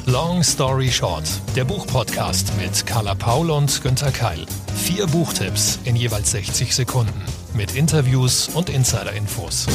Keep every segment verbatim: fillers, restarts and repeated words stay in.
Long Story Short, der Buchpodcast mit Carla Paul und Günther Keil. Vier Buchtipps in jeweils sechzig Sekunden mit Interviews und Insider-Infos.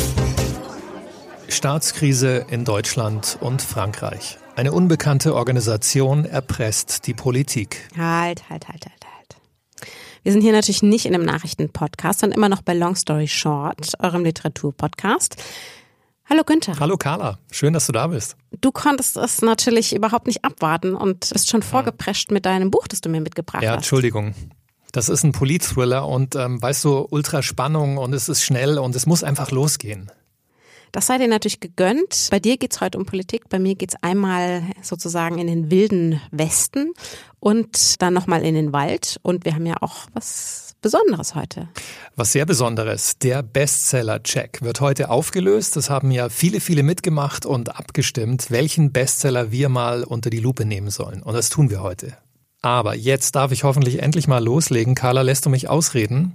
Staatskrise in Deutschland und Frankreich. Eine unbekannte Organisation erpresst die Politik. Halt, halt, halt, halt, halt. Wir sind hier natürlich nicht in einem Nachrichtenpodcast, sondern immer noch bei Long Story Short, eurem Literaturpodcast. Hallo Günther. Hallo Carla, schön, dass du da bist. Du konntest es natürlich überhaupt nicht abwarten und bist schon vorgeprescht mit deinem Buch, das du mir mitgebracht ja, hast. Ja, Entschuldigung. Das ist ein Polit-Thriller und ähm, weißt du, Ultraspannung und es ist schnell und es muss einfach losgehen. Das sei dir natürlich gegönnt. Bei dir geht's heute um Politik, bei mir geht's einmal sozusagen in den wilden Westen und dann nochmal in den Wald. Und wir haben ja auch was Besonderes heute. Was sehr Besonderes. Der Bestseller-Check wird heute aufgelöst. Das haben ja viele, viele mitgemacht und abgestimmt, welchen Bestseller wir mal unter die Lupe nehmen sollen. Und das tun wir heute. Aber jetzt darf ich hoffentlich endlich mal loslegen. Carla, lässt du mich ausreden?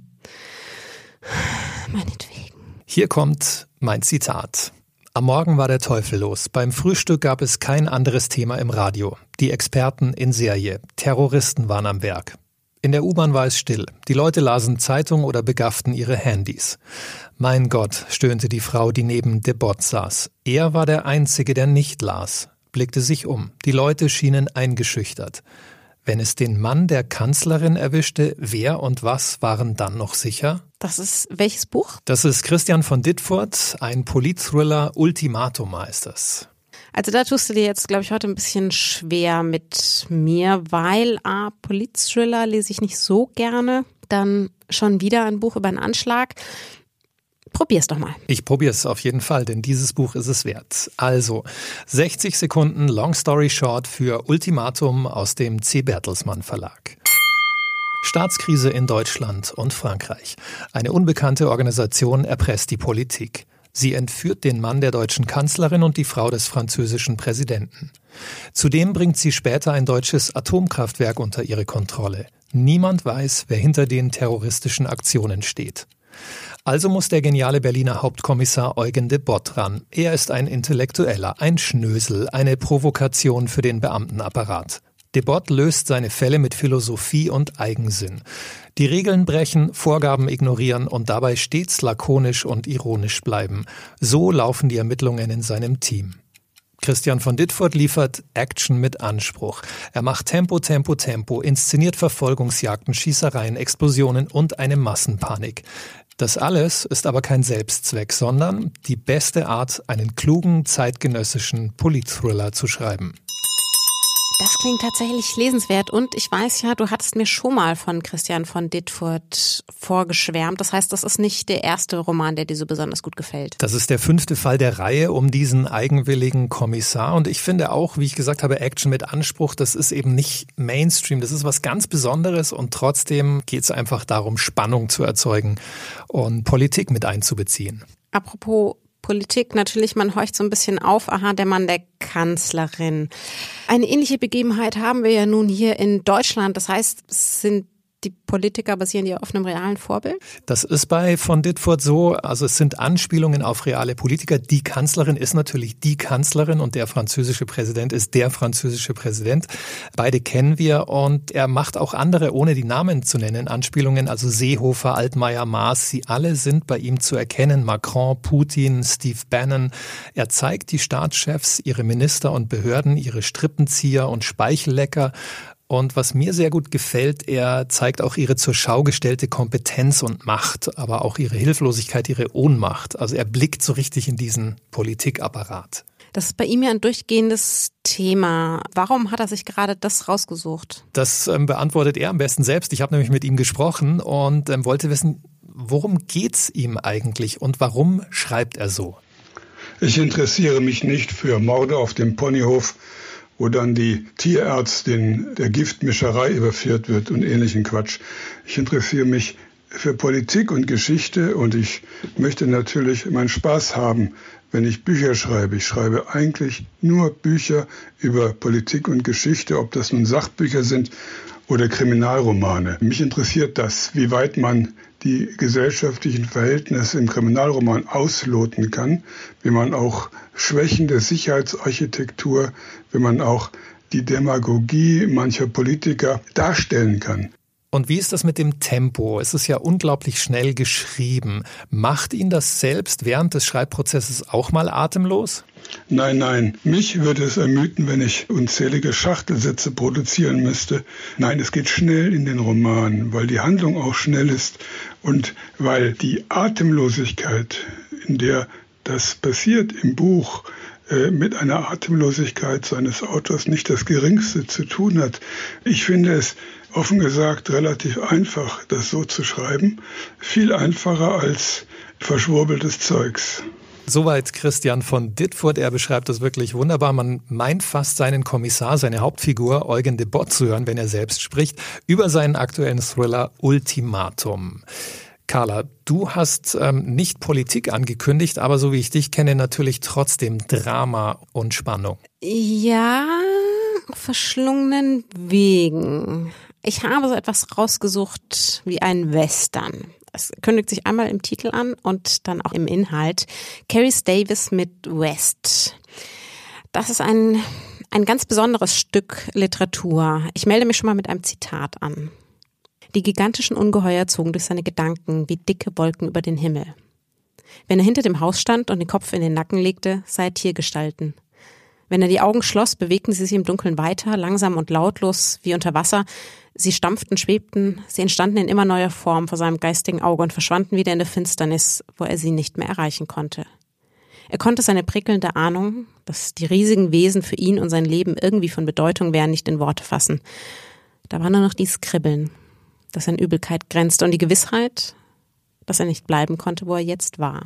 Meinetwegen. Hier kommt mein Zitat. Am Morgen war der Teufel los. Beim Frühstück gab es kein anderes Thema im Radio. Die Experten in Serie. Terroristen waren am Werk. In der U-Bahn war es still. Die Leute lasen Zeitung oder begafften ihre Handys. Mein Gott, stöhnte die Frau, die neben de Bott saß. Er war der Einzige, der nicht las. Blickte sich um. Die Leute schienen eingeschüchtert. Wenn es den Mann der Kanzlerin erwischte, wer und was waren dann noch sicher? Das ist welches Buch? Das ist Christian von Ditfurth, ein Polit-Thriller, Ultimatum heißt das. Also da tust du dir jetzt, glaube ich, heute ein bisschen schwer mit mir, weil A, Polit-Thriller lese ich nicht so gerne, dann schon wieder ein Buch über einen Anschlag. Probier's doch mal. Ich probier's auf jeden Fall, denn dieses Buch ist es wert. Also, sechzig Sekunden Long Story Short für Ultimatum aus dem C. Bertelsmann Verlag. Staatskrise in Deutschland und Frankreich. Eine unbekannte Organisation erpresst die Politik. Sie entführt den Mann der deutschen Kanzlerin und die Frau des französischen Präsidenten. Zudem bringt sie später ein deutsches Atomkraftwerk unter ihre Kontrolle. Niemand weiß, wer hinter den terroristischen Aktionen steht. Also muss der geniale Berliner Hauptkommissar Eugen de Bott ran. Er ist ein Intellektueller, ein Schnösel, eine Provokation für den Beamtenapparat. De Bott löst seine Fälle mit Philosophie und Eigensinn. Die Regeln brechen, Vorgaben ignorieren und dabei stets lakonisch und ironisch bleiben. So laufen die Ermittlungen in seinem Team. Christian von Ditfurth liefert Action mit Anspruch. Er macht Tempo, Tempo, Tempo, inszeniert Verfolgungsjagden, Schießereien, Explosionen und eine Massenpanik. Das alles ist aber kein Selbstzweck, sondern die beste Art, einen klugen, zeitgenössischen Polit-Thriller zu schreiben. Das klingt tatsächlich lesenswert und ich weiß ja, du hattest mir schon mal von Christian von Ditfurth vorgeschwärmt. Das heißt, das ist nicht der erste Roman, der dir so besonders gut gefällt. Das ist der fünfte Fall der Reihe um diesen eigenwilligen Kommissar und ich finde auch, wie ich gesagt habe, Action mit Anspruch, das ist eben nicht Mainstream, das ist was ganz Besonderes und trotzdem geht es einfach darum, Spannung zu erzeugen und Politik mit einzubeziehen. Apropos Politik, natürlich, man horcht so ein bisschen auf, aha, der Mann der Kanzlerin. Eine ähnliche Begebenheit haben wir ja nun hier in Deutschland. Das heißt, es sind die Politiker basieren ja auf einem realen Vorbild? Das ist bei von Ditfurth so, also es sind Anspielungen auf reale Politiker. Die Kanzlerin ist natürlich die Kanzlerin und der französische Präsident ist der französische Präsident. Beide kennen wir und er macht auch andere, ohne die Namen zu nennen, Anspielungen, also Seehofer, Altmaier, Maas, sie alle sind bei ihm zu erkennen. Macron, Putin, Steve Bannon. Er zeigt die Staatschefs, ihre Minister und Behörden, ihre Strippenzieher und Speichellecker. Und was mir sehr gut gefällt, er zeigt auch ihre zur Schau gestellte Kompetenz und Macht, aber auch ihre Hilflosigkeit, ihre Ohnmacht. Also er blickt so richtig in diesen Politikapparat. Das ist bei ihm ja ein durchgehendes Thema. Warum hat er sich gerade das rausgesucht? Das ähm, beantwortet er am besten selbst. Ich habe nämlich mit ihm gesprochen und ähm, wollte wissen, worum geht's ihm eigentlich und warum schreibt er so? Ich interessiere mich nicht für Morde auf dem Ponyhof, wo dann die Tierärztin der Giftmischerei überführt wird und ähnlichen Quatsch. Ich interessiere mich für Politik und Geschichte und ich möchte natürlich meinen Spaß haben wenn ich Bücher schreibe. Ich schreibe eigentlich nur Bücher über Politik und Geschichte, ob das nun Sachbücher sind oder Kriminalromane. Mich interessiert das, wie weit man die gesellschaftlichen Verhältnisse im Kriminalroman ausloten kann, wie man auch Schwächen der Sicherheitsarchitektur, wie man auch die Demagogie mancher Politiker darstellen kann. Und wie ist das mit dem Tempo? Es ist ja unglaublich schnell geschrieben. Macht ihn das selbst während des Schreibprozesses auch mal atemlos? Nein, nein. Mich würde es ermüden, wenn ich unzählige Schachtelsätze produzieren müsste. Nein, es geht schnell in den Roman, weil die Handlung auch schnell ist und weil die Atemlosigkeit, in der das passiert im Buch, mit einer Atemlosigkeit seines Autors nicht das Geringste zu tun hat. Ich finde es offen gesagt relativ einfach, das so zu schreiben. Viel einfacher als verschwurbeltes Zeugs. Soweit Christian von Ditfurth. Er beschreibt das wirklich wunderbar. Man meint fast seinen Kommissar, seine Hauptfigur Eugen de Bott zu hören, wenn er selbst spricht, über seinen aktuellen Thriller Ultimatum. Carla, du hast ähm, nicht Politik angekündigt, aber so wie ich dich kenne, natürlich trotzdem Drama und Spannung. Ja, verschlungenen Wegen. Ich habe so etwas rausgesucht wie ein Western. Es kündigt sich einmal im Titel an und dann auch im Inhalt. Carice Davis mit West. Das ist ein, ein ganz besonderes Stück Literatur. Ich melde mich schon mal mit einem Zitat an. Die gigantischen Ungeheuer zogen durch seine Gedanken wie dicke Wolken über den Himmel. Wenn er hinter dem Haus stand und den Kopf in den Nacken legte, sah er Tiergestalten. Wenn er die Augen schloss, bewegten sie sich im Dunkeln weiter, langsam und lautlos, wie unter Wasser. Sie stampften, schwebten, sie entstanden in immer neuer Form vor seinem geistigen Auge und verschwanden wieder in der Finsternis, wo er sie nicht mehr erreichen konnte. Er konnte seine prickelnde Ahnung, dass die riesigen Wesen für ihn und sein Leben irgendwie von Bedeutung wären, nicht in Worte fassen. Da war nur noch dieses Kribbeln, das an Übelkeit grenzte, und die Gewissheit, dass er nicht bleiben konnte, wo er jetzt war.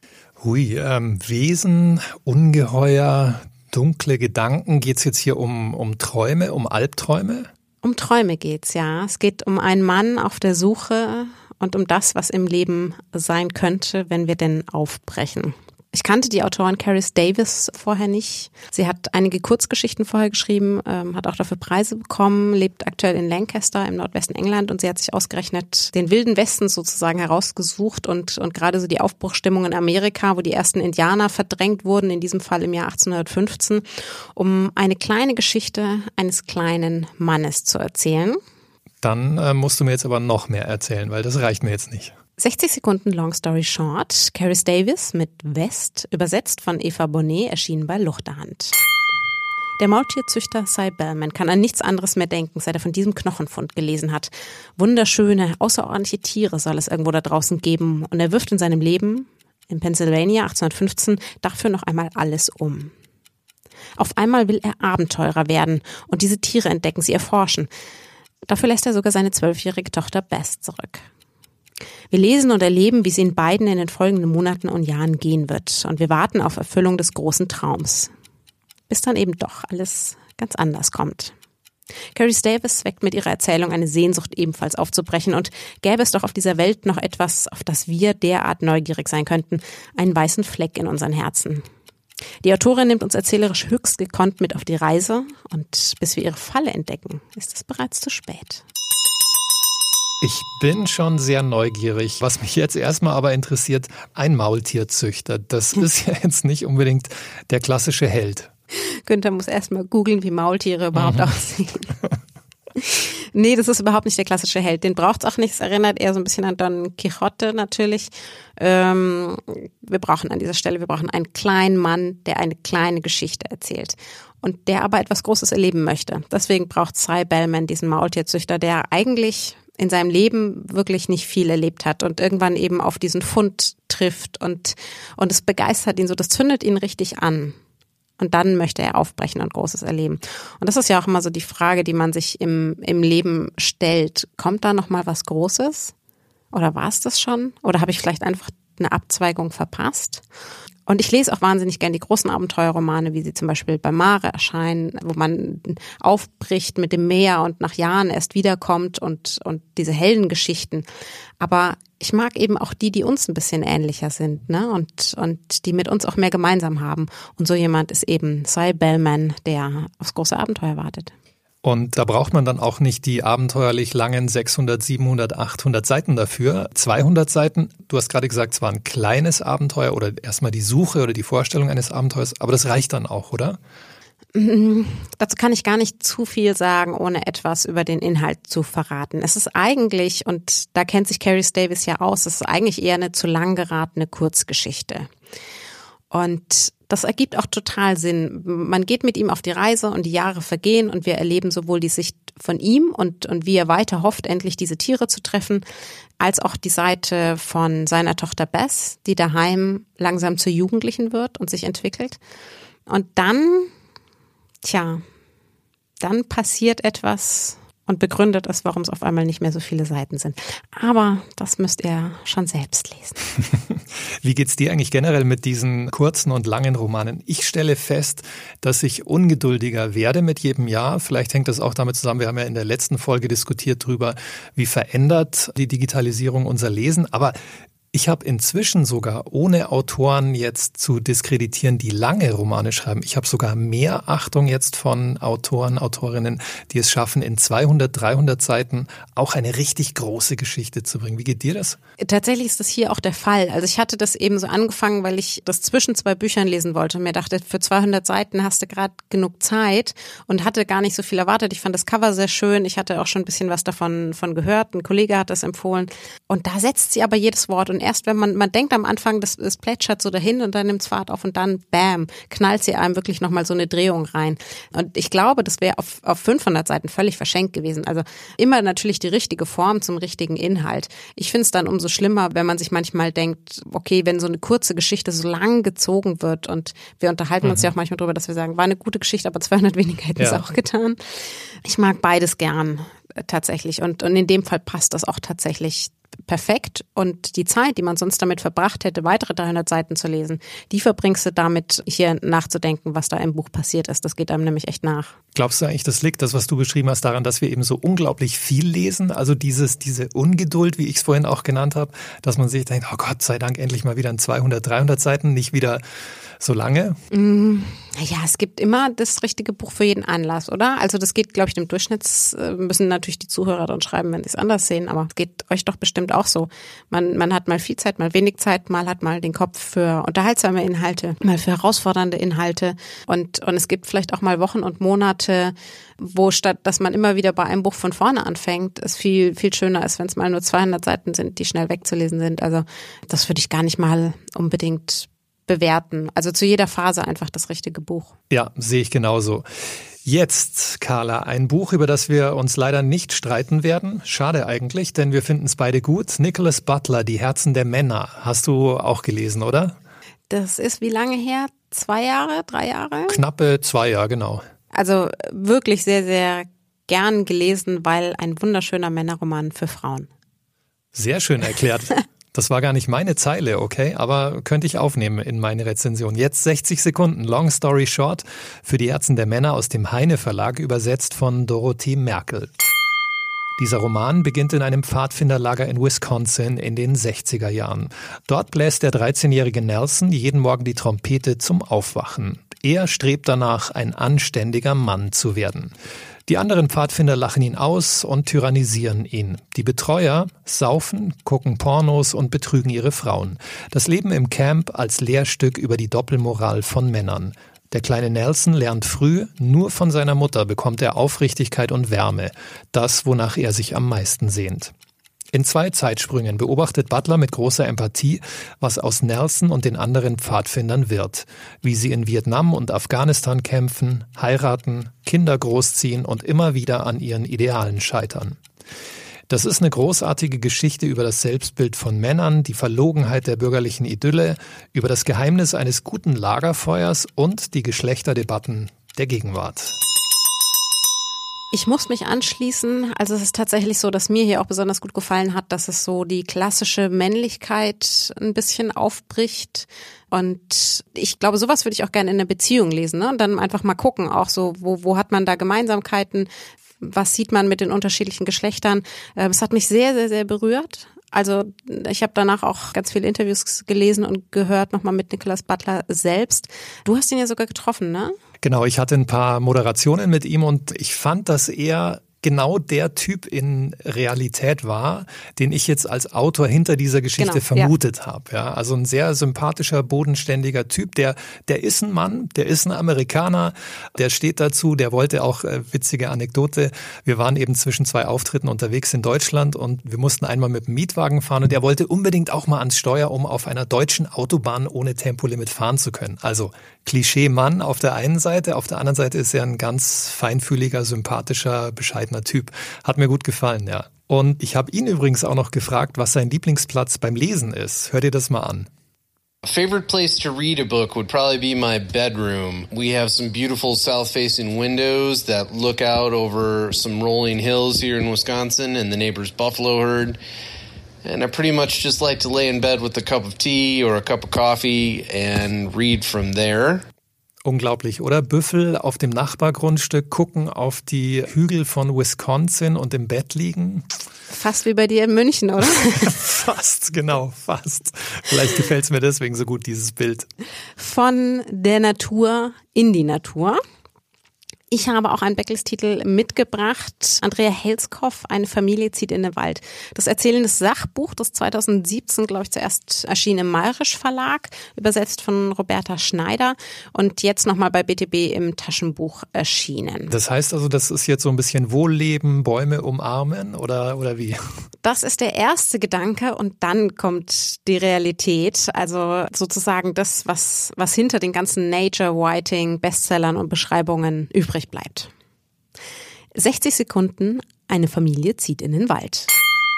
Hui, ähm, Wesen, Ungeheuer, dunkle Gedanken. Geht's jetzt hier um, um Träume, um Albträume? Um Träume geht's, ja. Es geht um einen Mann auf der Suche und um das, was im Leben sein könnte, wenn wir denn aufbrechen. Ich kannte die Autorin Carice Davis vorher nicht. Sie hat einige Kurzgeschichten vorher geschrieben, ähm, hat auch dafür Preise bekommen, lebt aktuell in Lancaster im Nordwesten England, und sie hat sich ausgerechnet den wilden Westen sozusagen herausgesucht und, und gerade so die Aufbruchstimmung in Amerika, wo die ersten Indianer verdrängt wurden, in diesem Fall im Jahr achtzehnhundertfünfzehn, um eine kleine Geschichte eines kleinen Mannes zu erzählen. Dann äh, musst du mir jetzt aber noch mehr erzählen, weil das reicht mir jetzt nicht. sechzig Sekunden Long Story Short, Carice Davis mit West, übersetzt von Eva Bonnet, erschienen bei Luchterhand. Der Maultierzüchter Cy Bellman kann an nichts anderes mehr denken, seit er von diesem Knochenfund gelesen hat. Wunderschöne, außerordentliche Tiere soll es irgendwo da draußen geben, und er wirft in seinem Leben, in Pennsylvania achtzehnhundertfünfzehn, dafür noch einmal alles um. Auf einmal will er Abenteurer werden und diese Tiere entdecken, sie erforschen. Dafür lässt er sogar seine zwölfjährige Tochter Bess zurück. Wir lesen und erleben, wie es ihnen beiden in den folgenden Monaten und Jahren gehen wird. Und wir warten auf Erfüllung des großen Traums. Bis dann eben doch alles ganz anders kommt. Carice Davis weckt mit ihrer Erzählung eine Sehnsucht, ebenfalls aufzubrechen. Und gäbe es doch auf dieser Welt noch etwas, auf das wir derart neugierig sein könnten, einen weißen Fleck in unseren Herzen. Die Autorin nimmt uns erzählerisch höchst gekonnt mit auf die Reise. Und bis wir ihre Falle entdecken, ist es bereits zu spät. Ich bin schon sehr neugierig. Was mich jetzt erstmal aber interessiert, ein Maultierzüchter. Das ist ja jetzt nicht unbedingt der klassische Held. Günther muss erstmal googeln, wie Maultiere überhaupt mhm. aussehen. Nee, das ist überhaupt nicht der klassische Held. Den braucht es auch nicht. Es erinnert eher so ein bisschen an Don Quixote natürlich. Ähm, wir brauchen an dieser Stelle, wir brauchen einen kleinen Mann, der eine kleine Geschichte erzählt. Und der aber etwas Großes erleben möchte. Deswegen braucht Cy Bellman diesen Maultierzüchter, der eigentlich in seinem Leben wirklich nicht viel erlebt hat und irgendwann eben auf diesen Fund trifft und, und es begeistert ihn so, das zündet ihn richtig an. Und dann möchte er aufbrechen und Großes erleben. Und das ist ja auch immer so die Frage, die man sich im, im Leben stellt. Kommt da noch mal was Großes? Oder war es das schon? Oder habe ich vielleicht einfach eine Abzweigung verpasst. Und ich lese auch wahnsinnig gern die großen Abenteuerromane, wie sie zum Beispiel bei Mare erscheinen, wo man aufbricht mit dem Meer und nach Jahren erst wiederkommt und, und diese Heldengeschichten. Aber ich mag eben auch die, die uns ein bisschen ähnlicher sind, ne? Und, und die mit uns auch mehr gemeinsam haben. Und so jemand ist eben Cy Bellman, der aufs große Abenteuer wartet. Und da braucht man dann auch nicht die abenteuerlich langen sechshundert, siebenhundert, achthundert Seiten dafür. zweihundert Seiten, du hast gerade gesagt, es war ein kleines Abenteuer oder erstmal die Suche oder die Vorstellung eines Abenteuers, aber das reicht dann auch, oder? Mhm. Dazu kann ich gar nicht zu viel sagen, ohne etwas über den Inhalt zu verraten. Es ist eigentlich, und da kennt sich Cary Davis ja aus, es ist eigentlich eher eine zu lang geratene Kurzgeschichte. Und das ergibt auch total Sinn. Man geht mit ihm auf die Reise und die Jahre vergehen und wir erleben sowohl die Sicht von ihm und, und wie er weiter hofft, endlich diese Tiere zu treffen, als auch die Seite von seiner Tochter Bess, die daheim langsam zur Jugendlichen wird und sich entwickelt. Und dann, tja, dann passiert etwas und begründet es, warum es auf einmal nicht mehr so viele Seiten sind. Aber das müsst ihr schon selbst lesen. Wie geht's dir eigentlich generell mit diesen kurzen und langen Romanen? Ich stelle fest, dass ich ungeduldiger werde mit jedem Jahr. Vielleicht hängt das auch damit zusammen, wir haben ja in der letzten Folge diskutiert drüber, wie verändert die Digitalisierung unser Lesen. Aber ich habe inzwischen sogar, ohne Autoren jetzt zu diskreditieren, die lange Romane schreiben, ich habe sogar mehr Achtung jetzt von Autoren, Autorinnen, die es schaffen, in zweihundert, dreihundert Seiten auch eine richtig große Geschichte zu bringen. Wie geht dir das? Tatsächlich ist das hier auch der Fall. Also ich hatte das eben so angefangen, weil ich das zwischen zwei Büchern lesen wollte und mir dachte, für zweihundert Seiten hast du gerade genug Zeit und hatte gar nicht so viel erwartet. Ich fand das Cover sehr schön. Ich hatte auch schon ein bisschen was davon von gehört. Ein Kollege hat das empfohlen. Und da setzt sie aber jedes Wort. Und erst wenn man, man denkt am Anfang, das, das plätschert so dahin und dann nimmt es Fahrt auf und dann, bam, knallt sie einem wirklich nochmal so eine Drehung rein. Und ich glaube, das wäre auf, auf fünfhundert Seiten völlig verschenkt gewesen. Also immer natürlich die richtige Form zum richtigen Inhalt. Ich finde es dann umso schlimmer, wenn man sich manchmal denkt, okay, wenn so eine kurze Geschichte so lang gezogen wird und wir unterhalten mhm. uns ja auch manchmal drüber, dass wir sagen, war eine gute Geschichte, aber zweihundert weniger hätten es ja auch getan. Ich mag beides gern tatsächlich und, und in dem Fall passt das auch tatsächlich perfekt und die Zeit, die man sonst damit verbracht hätte, weitere dreihundert Seiten zu lesen, die verbringst du damit, hier nachzudenken, was da im Buch passiert ist. Das geht einem nämlich echt nach. Glaubst du eigentlich, das liegt, das, was du beschrieben hast, daran, dass wir eben so unglaublich viel lesen? Also dieses, diese Ungeduld, wie ich es vorhin auch genannt habe, dass man sich denkt, oh Gott sei Dank, endlich mal wieder in zweihundert, dreihundert Seiten, nicht wieder so lange? Mm, ja, es gibt immer das richtige Buch für jeden Anlass, oder? Also das geht, glaube ich, dem Durchschnitt, müssen natürlich die Zuhörer dann schreiben, wenn sie es anders sehen, aber es geht euch doch bestimmt auch so. Man, man hat mal viel Zeit, mal wenig Zeit, mal hat mal den Kopf für unterhaltsame Inhalte, mal für herausfordernde Inhalte und, und es gibt vielleicht auch mal Wochen und Monate, wo statt, dass man immer wieder bei einem Buch von vorne anfängt, es viel, viel schöner ist, wenn es mal nur zweihundert Seiten sind, die schnell wegzulesen sind. Also das würde ich gar nicht mal unbedingt bewerten. Also zu jeder Phase einfach das richtige Buch. Ja, sehe ich genauso. Jetzt, Carla, ein Buch, über das wir uns leider nicht streiten werden. Schade eigentlich, denn wir finden es beide gut. Nicholas Butler, Die Herzen der Männer. Hast du auch gelesen, oder? Das ist wie lange her? Zwei Jahre? Drei Jahre? Knappe zwei Jahre, genau. Also wirklich sehr, sehr gern gelesen, weil ein wunderschöner Männerroman für Frauen. Sehr schön erklärt. Das war gar nicht meine Zeile, okay, aber könnte ich aufnehmen in meine Rezension. Jetzt sechzig Sekunden, Long Story Short, für die Herzen der Männer aus dem Heine Verlag, übersetzt von Dorothee Merkel. Dieser Roman beginnt in einem Pfadfinderlager in Wisconsin in den sechziger Jahren. Dort bläst der dreizehnjährige Nelson jeden Morgen die Trompete zum Aufwachen. Er strebt danach, ein anständiger Mann zu werden. Die anderen Pfadfinder lachen ihn aus und tyrannisieren ihn. Die Betreuer saufen, gucken Pornos und betrügen ihre Frauen. Das Leben im Camp als Lehrstück über die Doppelmoral von Männern. Der kleine Nelson lernt früh, nur von seiner Mutter bekommt er Aufrichtigkeit und Wärme, das, wonach er sich am meisten sehnt. In zwei Zeitsprüngen beobachtet Butler mit großer Empathie, was aus Nelson und den anderen Pfadfindern wird, wie sie in Vietnam und Afghanistan kämpfen, heiraten, Kinder großziehen und immer wieder an ihren Idealen scheitern. Das ist eine großartige Geschichte über das Selbstbild von Männern, die Verlogenheit der bürgerlichen Idylle, über das Geheimnis eines guten Lagerfeuers und die Geschlechterdebatten der Gegenwart. Ich muss mich anschließen. Also es ist tatsächlich so, dass mir hier auch besonders gut gefallen hat, dass es so die klassische Männlichkeit ein bisschen aufbricht. Und ich glaube, sowas würde ich auch gerne in einer Beziehung lesen, ne? Und dann einfach mal gucken, auch so, wo, wo hat man da Gemeinsamkeiten? Was sieht man mit den unterschiedlichen Geschlechtern? Es hat mich sehr, sehr, sehr berührt. Also ich habe danach auch ganz viele Interviews gelesen und gehört, nochmal mit Nicholas Butler selbst. Du hast ihn ja sogar getroffen, ne? Genau, ich hatte ein paar Moderationen mit ihm und ich fand, dass er genau der Typ in Realität war, den ich jetzt als Autor hinter dieser Geschichte genau, vermutet ja. habe. Ja, also ein sehr sympathischer, bodenständiger Typ, der der ist ein Mann, der ist ein Amerikaner, der steht dazu, der wollte auch, äh, witzige Anekdote, wir waren eben zwischen zwei Auftritten unterwegs in Deutschland und wir mussten einmal mit dem Mietwagen fahren und der wollte unbedingt auch mal ans Steuer, um auf einer deutschen Autobahn ohne Tempolimit fahren zu können. Also Klischee-Mann auf der einen Seite, auf der anderen Seite ist er ein ganz feinfühliger, sympathischer, bescheidener Typ. Hat mir gut gefallen, ja. Und ich habe ihn übrigens auch noch gefragt, was sein Lieblingsplatz beim Lesen ist. Hör dir das mal an. A favorite place to read a book would probably be my bedroom. We have some beautiful south-facing windows that look out over some rolling hills here in Wisconsin and the neighbor's buffalo herd. And I pretty much just like to lay in bed with a cup of tea or a cup of coffee and read from there. Unglaublich, oder? Büffel auf dem Nachbargrundstück gucken auf die Hügel von Wisconsin und im Bett liegen. Fast wie bei dir in München, oder? Fast, genau, fast. Vielleicht gefällt es mir deswegen so gut, dieses Bild. Von der Natur in die Natur. Ich habe auch einen Beckles-Titel mitgebracht. Andrea Helskopf, eine Familie zieht in den Wald. Das erzählende Sachbuch, das zweitausendsiebzehn, glaube ich, zuerst erschien im Mayrisch Verlag, übersetzt von Roberta Schneider und jetzt nochmal bei B T B im Taschenbuch erschienen. Das heißt also, das ist jetzt so ein bisschen Wohlleben, Bäume umarmen oder, oder wie? Das ist der erste Gedanke und dann kommt die Realität, also sozusagen das, was, was hinter den ganzen Nature-Writing, Bestsellern und Beschreibungen übrig bleibt. sechzig Sekunden, eine Familie zieht in den Wald.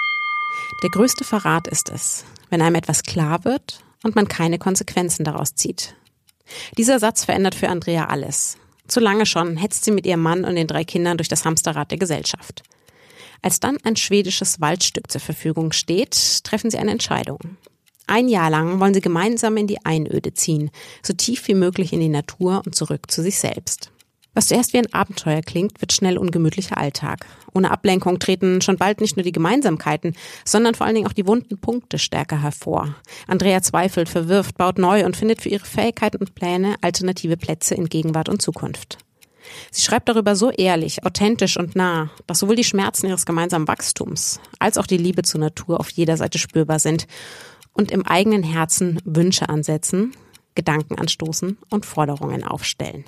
Der größte Verrat ist es, wenn einem etwas klar wird und man keine Konsequenzen daraus zieht. Dieser Satz verändert für Andrea alles. Zu lange schon hetzt sie mit ihrem Mann und den drei Kindern durch das Hamsterrad der Gesellschaft. Als dann ein schwedisches Waldstück zur Verfügung steht, treffen sie eine Entscheidung. Ein Jahr lang wollen sie gemeinsam in die Einöde ziehen, so tief wie möglich in die Natur und zurück zu sich selbst. Was zuerst wie ein Abenteuer klingt, wird schnell ungemütlicher Alltag. Ohne Ablenkung treten schon bald nicht nur die Gemeinsamkeiten, sondern vor allen Dingen auch die wunden Punkte stärker hervor. Andrea zweifelt, verwirft, baut neu und findet für ihre Fähigkeiten und Pläne alternative Plätze in Gegenwart und Zukunft. Sie schreibt darüber so ehrlich, authentisch und nah, dass sowohl die Schmerzen ihres gemeinsamen Wachstums als auch die Liebe zur Natur auf jeder Seite spürbar sind und im eigenen Herzen Wünsche ansetzen, Gedanken anstoßen und Forderungen aufstellen.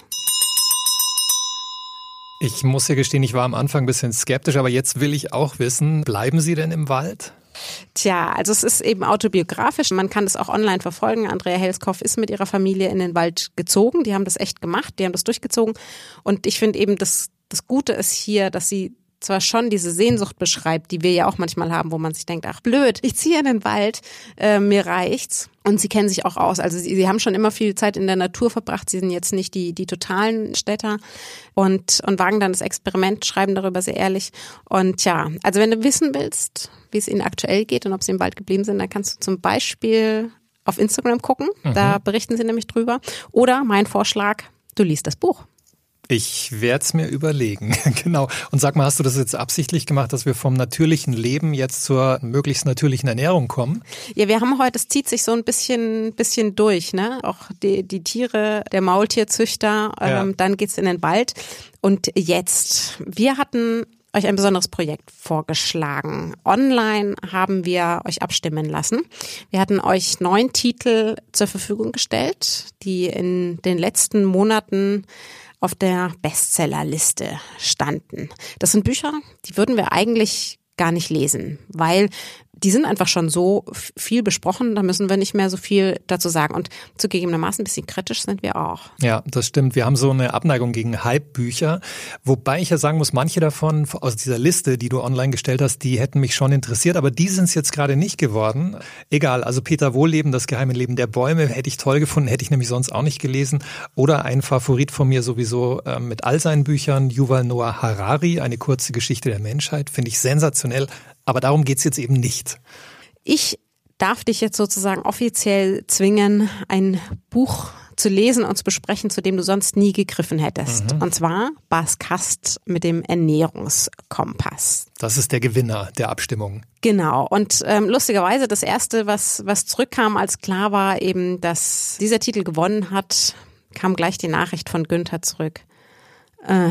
Ich muss ja gestehen, ich war am Anfang ein bisschen skeptisch, aber jetzt will ich auch wissen, bleiben Sie denn im Wald? Tja, also es ist eben autobiografisch. Man kann das auch online verfolgen. Andrea Helskopf ist mit ihrer Familie in den Wald gezogen. Die haben das echt gemacht, die haben das durchgezogen. Und ich finde eben, das, das Gute ist hier, dass sie zwar schon diese Sehnsucht beschreibt, die wir ja auch manchmal haben, wo man sich denkt, ach blöd, ich ziehe in den Wald, äh, mir reicht's. Und sie kennen sich auch aus. Also sie, sie haben schon immer viel Zeit in der Natur verbracht. Sie sind jetzt nicht die die totalen Städter und und wagen dann das Experiment, schreiben darüber sehr ehrlich. Und ja, also wenn du wissen willst, wie es ihnen aktuell geht und ob sie im Wald geblieben sind, dann kannst du zum Beispiel auf Instagram gucken. Mhm. Da berichten sie nämlich drüber. Oder mein Vorschlag, du liest das Buch. Ich werde es mir überlegen, genau. Und sag mal, hast du das jetzt absichtlich gemacht, dass wir vom natürlichen Leben jetzt zur möglichst natürlichen Ernährung kommen? Ja, wir haben heute, es zieht sich so ein bisschen bisschen durch, ne? Auch die, die Tiere, der Maultierzüchter, ja. ähm, dann geht's in den Wald. Und jetzt, wir hatten euch ein besonderes Projekt vorgeschlagen. Online haben wir euch abstimmen lassen. Wir hatten euch neun Titel zur Verfügung gestellt, die in den letzten Monaten auf der Bestsellerliste standen. Das sind Bücher, die würden wir eigentlich gar nicht lesen, weil die sind einfach schon so viel besprochen, da müssen wir nicht mehr so viel dazu sagen. Und zugegebenermaßen ein bisschen kritisch sind wir auch. Ja, das stimmt. Wir haben so eine Abneigung gegen Hype-Bücher, wobei ich ja sagen muss, manche davon aus dieser Liste, die du online gestellt hast, die hätten mich schon interessiert, aber die sind es jetzt gerade nicht geworden. Egal, also Peter Wohlleben, das geheime Leben der Bäume, hätte ich toll gefunden, hätte ich nämlich sonst auch nicht gelesen. Oder ein Favorit von mir sowieso äh, mit all seinen Büchern, Yuval Noah Harari, eine kurze Geschichte der Menschheit, finde ich sensationell. Aber darum geht's jetzt eben nicht. Ich darf dich jetzt sozusagen offiziell zwingen, ein Buch zu lesen und zu besprechen, zu dem du sonst nie gegriffen hättest. Mhm. Und zwar Bas Kast mit dem Ernährungskompass. Das ist der Gewinner der Abstimmung. Genau. Und ähm, lustigerweise das Erste, was, was zurückkam, als klar war eben, dass dieser Titel gewonnen hat, kam gleich die Nachricht von Günther zurück. Äh,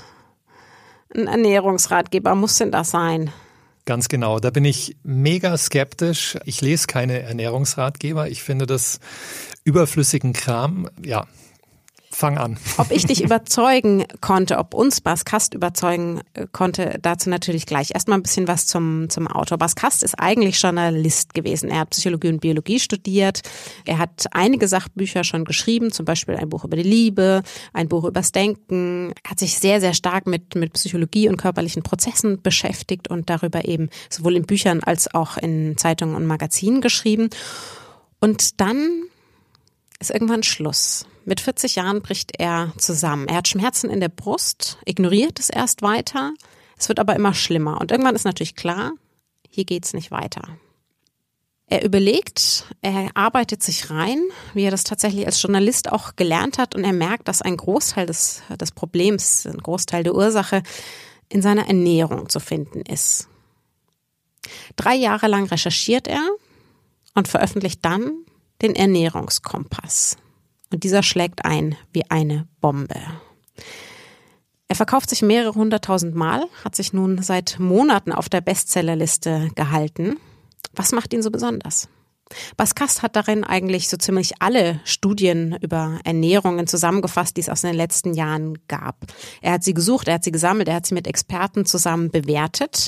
ein Ernährungsratgeber muss denn das sein? Ganz genau, da bin ich mega skeptisch. Ich lese keine Ernährungsratgeber. Ich finde das überflüssigen Kram. Ja, fang an. Ob ich dich überzeugen konnte, ob uns Bas Kast überzeugen konnte, dazu natürlich gleich. Erstmal ein bisschen was zum, zum Autor. Bas Kast ist eigentlich Journalist gewesen. Er hat Psychologie und Biologie studiert. Er hat einige Sachbücher schon geschrieben, zum Beispiel ein Buch über die Liebe, ein Buch übers Denken. Er hat sich sehr, sehr stark mit, mit Psychologie und körperlichen Prozessen beschäftigt und darüber eben sowohl in Büchern als auch in Zeitungen und Magazinen geschrieben. Und dann ist irgendwann Schluss. Mit vierzig Jahren bricht er zusammen. Er hat Schmerzen in der Brust, ignoriert es erst weiter. Es wird aber immer schlimmer. Und irgendwann ist natürlich klar, hier geht's nicht weiter. Er überlegt, er arbeitet sich rein, wie er das tatsächlich als Journalist auch gelernt hat. Und er merkt, dass ein Großteil des, des Problems, ein Großteil der Ursache in seiner Ernährung zu finden ist. Drei Jahre lang recherchiert er und veröffentlicht dann den Ernährungskompass. Und dieser schlägt ein wie eine Bombe. Er verkauft sich mehrere hunderttausend Mal, hat sich nun seit Monaten auf der Bestsellerliste gehalten. Was macht ihn so besonders? Bas Kast hat darin eigentlich so ziemlich alle Studien über Ernährungen zusammengefasst, die es aus den letzten Jahren gab. Er hat sie gesucht, er hat sie gesammelt, er hat sie mit Experten zusammen bewertet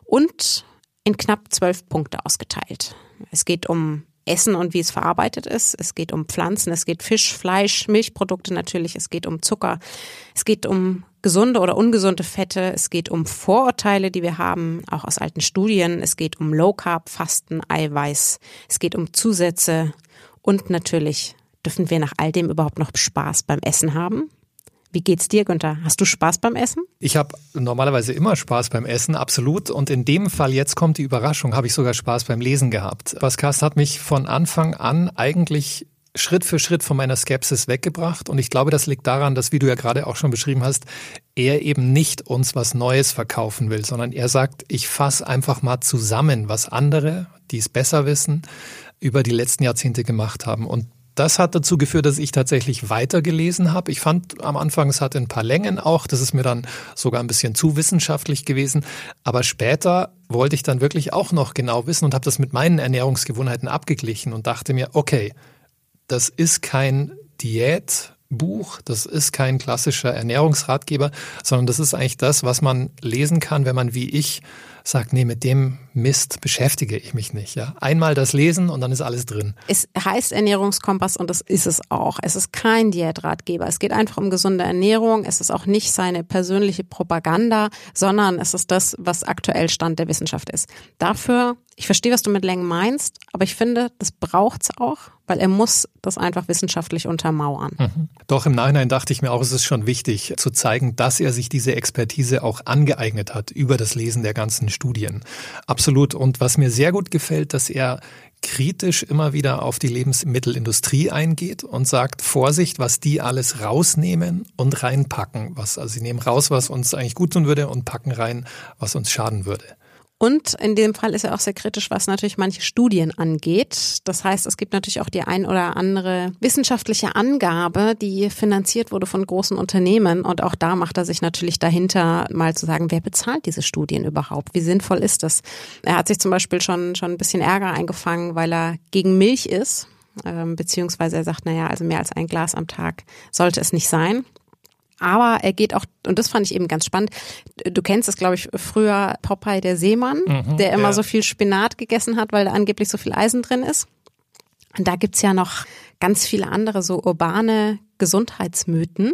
und in knapp zwölf Punkte ausgeteilt. Es geht um Essen und wie es verarbeitet ist. Es geht um Pflanzen, es geht Fisch, Fleisch, Milchprodukte natürlich, es geht um Zucker, es geht um gesunde oder ungesunde Fette, es geht um Vorurteile, die wir haben, auch aus alten Studien, es geht um Low Carb, Fasten, Eiweiß, es geht um Zusätze und natürlich dürfen wir nach all dem überhaupt noch Spaß beim Essen haben. Wie geht's dir, Günther? Hast du Spaß beim Essen? Ich habe normalerweise immer Spaß beim Essen, absolut. Und in dem Fall, jetzt kommt die Überraschung, habe ich sogar Spaß beim Lesen gehabt. Bas Kast hat mich von Anfang an eigentlich Schritt für Schritt von meiner Skepsis weggebracht. Und ich glaube, das liegt daran, dass, wie du ja gerade auch schon beschrieben hast, er eben nicht uns was Neues verkaufen will, sondern er sagt, ich fasse einfach mal zusammen, was andere, die es besser wissen, über die letzten Jahrzehnte gemacht haben. Und das hat dazu geführt, dass ich tatsächlich weitergelesen habe. Ich fand am Anfang, es hatte ein paar Längen auch. Das ist mir dann sogar ein bisschen zu wissenschaftlich gewesen. Aber später wollte ich dann wirklich auch noch genau wissen und habe das mit meinen Ernährungsgewohnheiten abgeglichen und dachte mir, okay, das ist kein Diätbuch, das ist kein klassischer Ernährungsratgeber, sondern das ist eigentlich das, was man lesen kann, wenn man wie ich sagt, nee, mit dem Mist beschäftige ich mich nicht. Ja, einmal das lesen und dann ist alles drin. Es heißt Ernährungskompass und das ist es auch. Es ist kein Diätratgeber. Es geht einfach um gesunde Ernährung. Es ist auch nicht seine persönliche Propaganda, sondern es ist das, was aktuell Stand der Wissenschaft ist. Dafür, ich verstehe, was du mit Längen meinst, aber ich finde, das braucht's auch, weil er muss das einfach wissenschaftlich untermauern. Mhm. Doch im Nachhinein dachte ich mir auch, es ist schon wichtig zu zeigen, dass er sich diese Expertise auch angeeignet hat über das Lesen der ganzen Studien. Absolut. Und was mir sehr gut gefällt, dass er kritisch immer wieder auf die Lebensmittelindustrie eingeht und sagt, Vorsicht, was die alles rausnehmen und reinpacken. Was, also sie nehmen raus, was uns eigentlich gut tun würde und packen rein, was uns schaden würde. Und in dem Fall ist er auch sehr kritisch, was natürlich manche Studien angeht. Das heißt, es gibt natürlich auch die ein oder andere wissenschaftliche Angabe, die finanziert wurde von großen Unternehmen. Und auch da macht er sich natürlich dahinter, mal zu sagen, wer bezahlt diese Studien überhaupt? Wie sinnvoll ist das? Er hat sich zum Beispiel schon, schon ein bisschen Ärger eingefangen, weil er gegen Milch ist. Ähm, beziehungsweise er sagt, naja, also mehr als ein Glas am Tag sollte es nicht sein. Aber er geht auch, und das fand ich eben ganz spannend, du kennst es, glaube ich, früher Popeye der Seemann, mhm, der immer ja. so viel Spinat gegessen hat, weil da angeblich so viel Eisen drin ist. Und da gibt's ja noch ganz viele andere so urbane Gesundheitsmythen.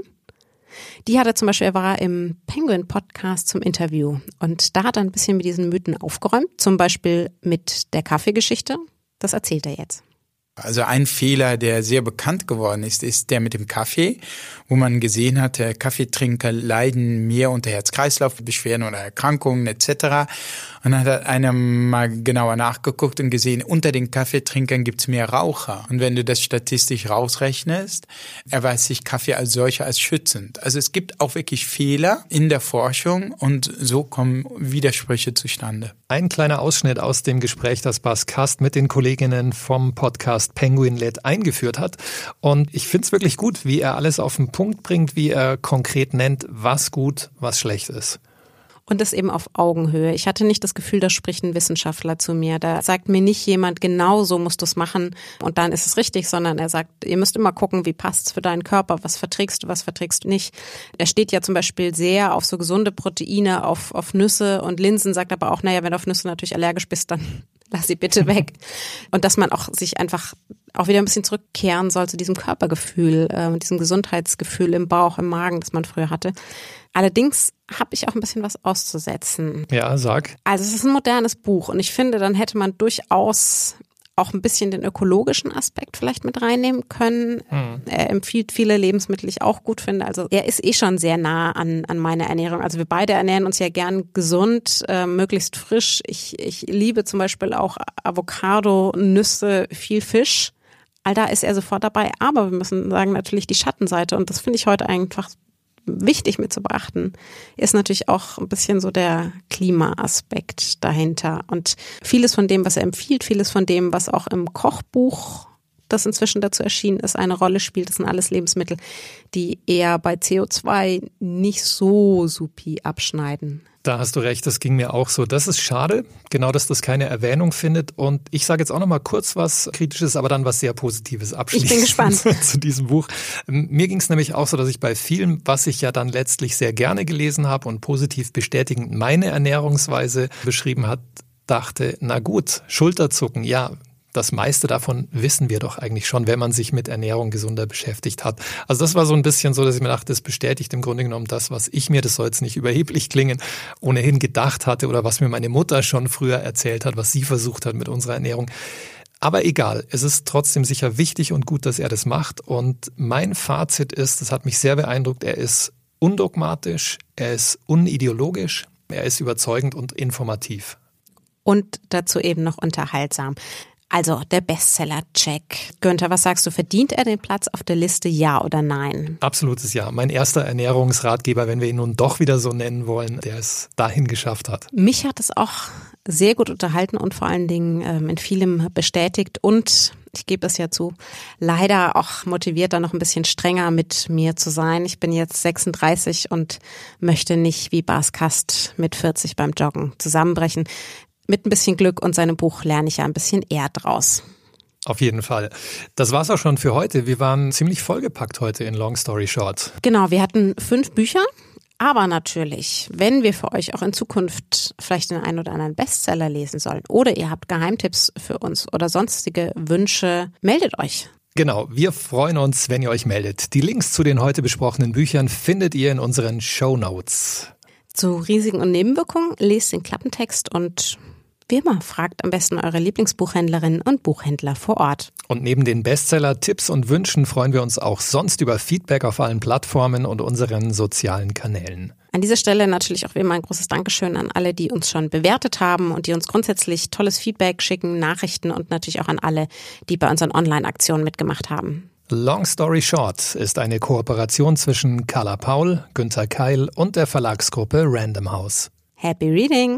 Die hat er zum Beispiel, er war im Penguin-Podcast zum Interview und da hat er ein bisschen mit diesen Mythen aufgeräumt, zum Beispiel mit der Kaffeegeschichte. Das erzählt er jetzt. Also ein Fehler, der sehr bekannt geworden ist, ist der mit dem Kaffee, wo man gesehen hat, Kaffeetrinker leiden mehr unter Herz-Kreislauf-Beschwerden oder Erkrankungen et cetera. Und dann hat einer mal genauer nachgeguckt und gesehen, unter den Kaffeetrinkern gibt's mehr Raucher. Und wenn du das statistisch rausrechnest, erweist sich Kaffee als solcher als schützend. Also es gibt auch wirklich Fehler in der Forschung und so kommen Widersprüche zustande. Ein kleiner Ausschnitt aus dem Gespräch, das Bas Kast mit den Kolleginnen vom Podcast Penguin Led eingeführt hat. Und ich finde es wirklich gut, wie er alles auf den Punkt bringt, wie er konkret nennt, was gut, was schlecht ist. Und das eben auf Augenhöhe. Ich hatte nicht das Gefühl, da spricht ein Wissenschaftler zu mir. Da sagt mir nicht jemand, genau so musst du es machen und dann ist es richtig, sondern er sagt, ihr müsst immer gucken, wie passt's für deinen Körper, was verträgst du, was verträgst du nicht. Er steht ja zum Beispiel sehr auf so gesunde Proteine, auf, auf Nüsse und Linsen, sagt aber auch, naja, wenn du auf Nüsse natürlich allergisch bist, dann lass sie bitte weg. Und dass man auch sich einfach auch wieder ein bisschen zurückkehren soll zu diesem Körpergefühl, äh, diesem Gesundheitsgefühl im Bauch, im Magen, das man früher hatte. Allerdings habe ich auch ein bisschen was auszusetzen. Ja, sag. Also es ist ein modernes Buch und ich finde, dann hätte man durchaus auch ein bisschen den ökologischen Aspekt vielleicht mit reinnehmen können. Hm. Er empfiehlt viele Lebensmittel, die ich auch gut finde. Also er ist eh schon sehr nah an, an meiner Ernährung. Also wir beide ernähren uns ja gern gesund, äh, möglichst frisch. Ich, ich liebe zum Beispiel auch Avocado, Nüsse, viel Fisch. All da ist er sofort dabei. Aber wir müssen sagen, natürlich die Schattenseite. Und das finde ich heute einfach wichtig mit zu beachten, ist natürlich auch ein bisschen so der Klimaaspekt dahinter. Und vieles von dem, was er empfiehlt, vieles von dem, was auch im Kochbuch, das inzwischen dazu erschienen ist, eine Rolle spielt, das sind alles Lebensmittel, die eher bei C O zwei nicht so supi abschneiden. Da hast du recht, das ging mir auch so. Das ist schade, genau, dass das keine Erwähnung findet. Und ich sage jetzt auch noch mal kurz was Kritisches, aber dann was sehr Positives abschließend. Ich bin gespannt. Zu diesem Buch. Mir ging es nämlich auch so, dass ich bei vielen, was ich ja dann letztlich sehr gerne gelesen habe und positiv bestätigend meine Ernährungsweise beschrieben hat, dachte, na gut, Schulterzucken, ja, das meiste davon wissen wir doch eigentlich schon, wenn man sich mit Ernährung gesunder beschäftigt hat. Also das war so ein bisschen so, dass ich mir dachte, das bestätigt im Grunde genommen das, was ich mir, das soll jetzt nicht überheblich klingen, ohnehin gedacht hatte oder was mir meine Mutter schon früher erzählt hat, was sie versucht hat mit unserer Ernährung. Aber egal, es ist trotzdem sicher wichtig und gut, dass er das macht. Und mein Fazit ist, das hat mich sehr beeindruckt, er ist undogmatisch, er ist unideologisch, er ist überzeugend und informativ. Und dazu eben noch unterhaltsam. Also der Bestseller-Check. Günther, was sagst du, verdient er den Platz auf der Liste, ja oder nein? Absolutes Ja. Mein erster Ernährungsratgeber, wenn wir ihn nun doch wieder so nennen wollen, der es dahin geschafft hat. Mich hat es auch sehr gut unterhalten und vor allen Dingen ähm, in vielem bestätigt und ich gebe es ja zu, leider auch motiviert, da noch ein bisschen strenger mit mir zu sein. Ich bin jetzt sechsunddreißig und möchte nicht wie Bas Kast mit vierzig beim Joggen zusammenbrechen. Mit ein bisschen Glück und seinem Buch lerne ich ja ein bisschen eher draus. Auf jeden Fall. Das war's auch schon für heute. Wir waren ziemlich vollgepackt heute in Long Story Short. Genau, wir hatten fünf Bücher. Aber natürlich, wenn wir für euch auch in Zukunft vielleicht den einen oder anderen Bestseller lesen sollen oder ihr habt Geheimtipps für uns oder sonstige Wünsche, meldet euch. Genau, wir freuen uns, wenn ihr euch meldet. Die Links zu den heute besprochenen Büchern findet ihr in unseren Shownotes. Zu Risiken und Nebenwirkungen lest den Klappentext und wie immer, fragt am besten eure Lieblingsbuchhändlerinnen und Buchhändler vor Ort. Und neben den Bestseller, Tipps und Wünschen freuen wir uns auch sonst über Feedback auf allen Plattformen und unseren sozialen Kanälen. An dieser Stelle natürlich auch wie immer ein großes Dankeschön an alle, die uns schon bewertet haben und die uns grundsätzlich tolles Feedback schicken, Nachrichten und natürlich auch an alle, die bei unseren Online-Aktionen mitgemacht haben. Long Story Short ist eine Kooperation zwischen Carla Paul, Günther Keil und der Verlagsgruppe Random House. Happy Reading!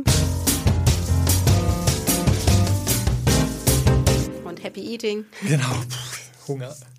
Happy Eating. Genau, Hunger.